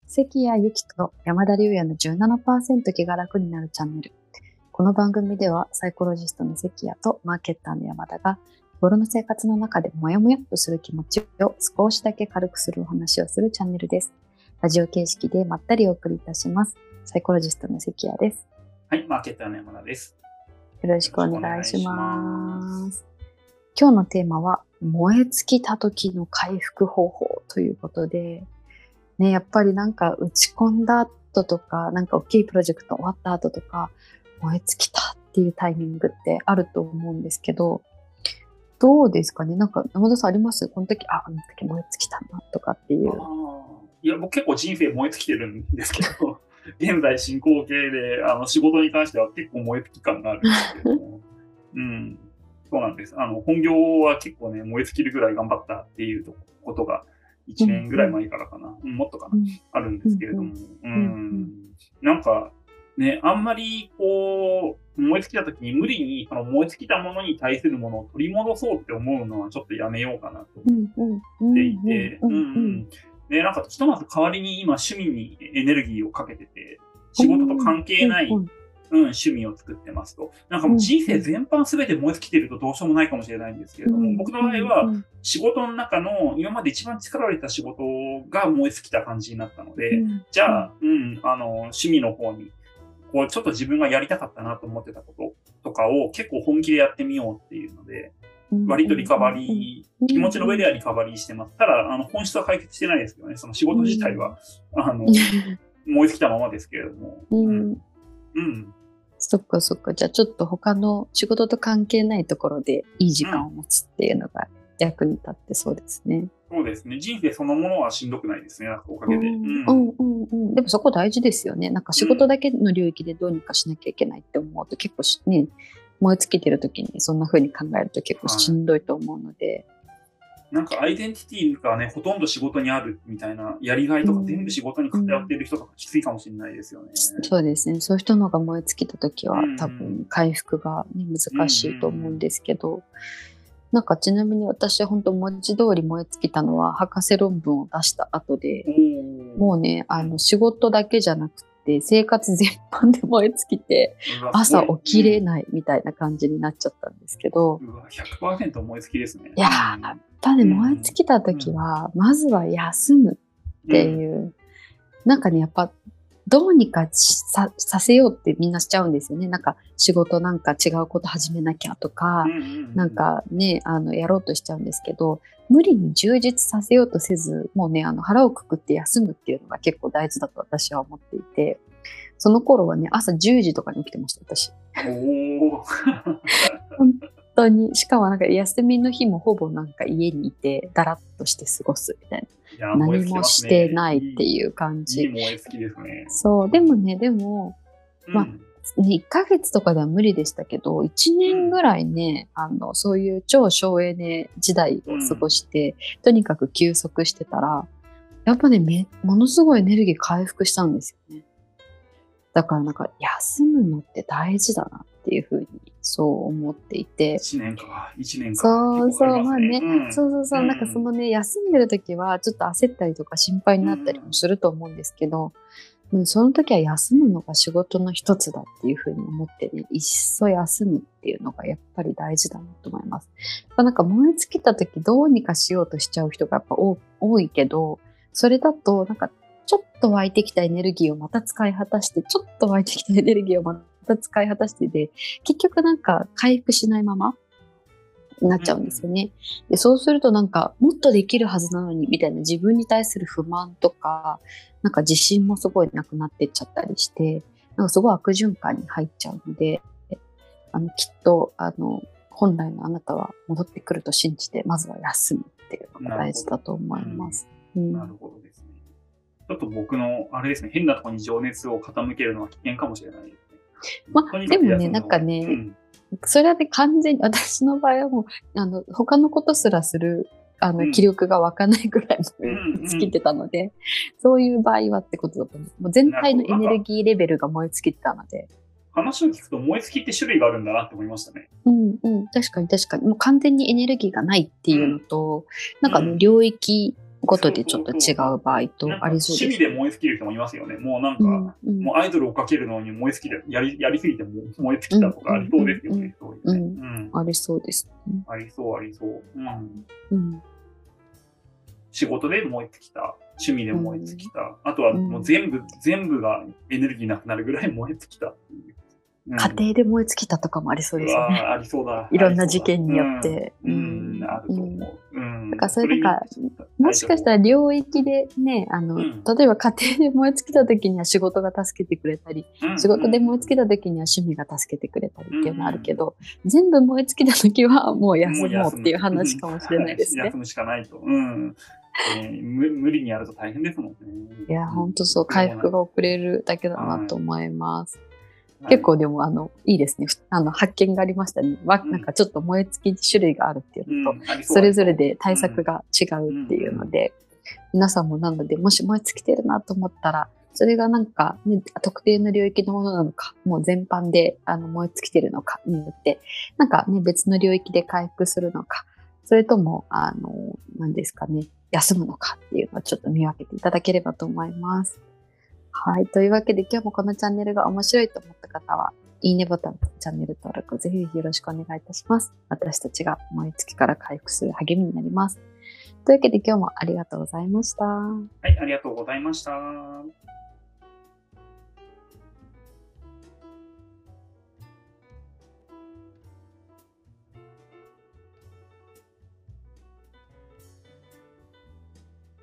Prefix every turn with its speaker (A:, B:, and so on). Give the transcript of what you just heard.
A: 関谷由紀と山田龍也の17%気が楽になるチャンネル。この番組ではサイコロジストの関谷とマーケッターの山田が日頃の生活の中でモヤモヤっとする気持ちを少しだけ軽くするお話をするチャンネルです。ラジオ形式でまったりお送りいたします。サイコロジストの関谷です。
B: はい、マーケッターの山田です。
A: よろしくお願いします。今日のテーマは燃え尽きた時の回復方法ということで、ね、やっぱりなんか打ち込んだ後とか、なんか大きいプロジェクト終わった後とか、燃え尽きたっていうタイミングってあると思うんですけど、どうですかね。なんか山田さんあります？この時、あの時燃え尽きたなとかっていう。
B: いや、僕結構人生燃え尽きてるんですけど、現在進行形で仕事に関しては結構燃え尽き感があるんですけども、そうなんです。本業は結構ね、燃え尽きるぐらい頑張ったっていうことが1年ぐらい前からかな、もっとかな、あるんですけれども、なんかね、あんまりこう、燃え尽きた時に無理に燃え尽きたものに対するものを取り戻そうって思うのはちょっとやめようかなと思っていて、ね、なんかひとまず代わりに今趣味にエネルギーをかけてて、仕事と関係ない趣味を作ってますと。なんかもう人生全般すべて燃え尽きているとどうしようもないかもしれないんですけれども、僕の場合は仕事の中の今まで一番力を入れた仕事が燃え尽きた感じになったので、じゃあ、趣味の方に、こうちょっと自分がやりたかったなと思ってたこととかを結構本気でやってみようっていうので、割とリカバリー、気持ちの上ではリカバリーしてます。ただ、本質は解決してないですけどね、その仕事自体は、燃え尽きたままですけれども。
A: そっかそっか。じゃあちょっと他の仕事と関係ないところでいい時間を持つっていうのが役に立ってそうですね。
B: そうですね。人生そのものはしんどくないですね。なんかおかげで。
A: でもそこ大事ですよね。なんか仕事だけの領域でどうにかしなきゃいけないって思うと結構ね、燃え尽きてる時にそんな風に考えると結構しんどいと思うので。
B: なんかアイデンティティがね、ほとんど仕事にあるみたいな、やりがいとか全部仕事に偏っている人とかきついかもしれないですよね。
A: そうですね。そういう人のが燃え尽きた時は多分回復が、ね、難しいと思うんですけど、なんかちなみに私は本当文字通り燃え尽きたのは博士論文を出した後で、もうね、仕事だけじゃなくて生活全般で燃え尽きて、朝起きれないみたいな感じになっちゃったんですけど。
B: 100% 燃え尽きですね。
A: いやー、やっぱね、燃え尽きた時は、まずは休むっていう、なんかね、やっぱどうにかさせようってみんなしちゃうんですよね。なんか仕事なんか違うこと始めなきゃとか、なんかね、やろうとしちゃうんですけど、無理に充実させようとせず、もうね、腹をくくって休むっていうのが結構大事だと私は思っていて、その頃はね、朝10時とかに起きてました、私。本当に。しかもなんか休みの日もほぼなんか家にいて、だらっとして過ごすみたいな。何もしてないっていう感じ。
B: 燃え尽きですね。
A: そう。でも、まあ、1ヶ月とかでは無理でしたけど、1年ぐらいね、そういう超省エネ時代を過ごして、とにかく休息してたら、やっぱね、ものすごいエネルギー回復したんですよね。だからなんか休むのって大事だなっていうふうにそう思っていて。
B: 1年か。
A: そうそう、まあね、なんかそのね、休んでる時はちょっと焦ったりとか心配になったりもすると思うんですけど、その時は休むのが仕事の一つだっていうふうに思ってね、いっそ休むっていうのがやっぱり大事だなと思います。なんか燃え尽きた時どうにかしようとしちゃう人がやっぱ多いけど、それだとなんかちょっと湧いてきたエネルギーをまた使い果たして、ちょっと湧いてきたエネルギーをまた使い果たしてで、結局なんか回復しないままになっちゃうんですよね。で、そうするとなんかもっとできるはずなのにみたいな自分に対する不満とか、なんか自信もすごいなくなってっちゃったりして、なんかすごい悪循環に入っちゃうので、きっと本来のあなたは戻ってくると信じて、まずは休むっていうのが大事だと思います。
B: なるほどですね。ちょっと僕のあれですね、変なところに情熱を傾けるのは危険かもしれないですね。
A: でもね、なんかね、それはね、完全に私の場合はもう他のことすらする気力が湧かないぐらい尽きてたので、そういう場合はってことだと思う。もう全体のエネルギーレベルが燃え尽きてたので。
B: 話を聞くと燃え尽きって種類があるんだなって思いましたね。
A: 確かに。もう完全にエネルギーがないっていうのと、なんか領域ことでちょっと違う場合とありそうです。
B: 趣味で燃え尽きる人もいますよね。もうなんか、もうアイドルをかけるのに燃え尽きて、やりすぎても燃え尽きたとかありそうですよね。
A: ありそうですね。
B: ありそう、ありそう。仕事で燃え尽きた。趣味で燃え尽きた。あとはもう全部がエネルギーなくなるぐらい燃え尽きたっていう。
A: 家庭で燃え尽きたとかもありそうですよね。
B: ありそうだ。
A: いろんな事件によって。
B: あると思う。
A: だからそれなんか、もしかしたら領域でね、例えば家庭で燃え尽きた時には仕事が助けてくれたり、仕事で燃え尽きた時には趣味が助けてくれたりっていうのはあるけど、全部燃え尽きた時はもう休もうっていう話かもしれないですね。
B: 休むしかないと。無理にやると大変ですもんね。
A: いや、本当そう、回復が遅れるだけだなと思います。結構でもいいですね。発見がありましたね。なんかちょっと燃え尽き種類があるっていうのと、それぞれで対策が違うっていうので、皆さんもなので、もし燃え尽きてるなと思ったら、それがなんか、ね、特定の領域のものなのか、もう全般で燃え尽きてるのかによって、なんかね、別の領域で回復するのか、それとも、何ですかね、休むのかっていうのをちょっと見分けていただければと思います。はい。というわけで今日もこのチャンネルが面白いと思った方は、いいねボタンとチャンネル登録ぜひよろしくお願いいたします。私たちが燃え尽きから回復する励みになります。というわけで今日もありがとうございました。は
B: い、ありがとうございました。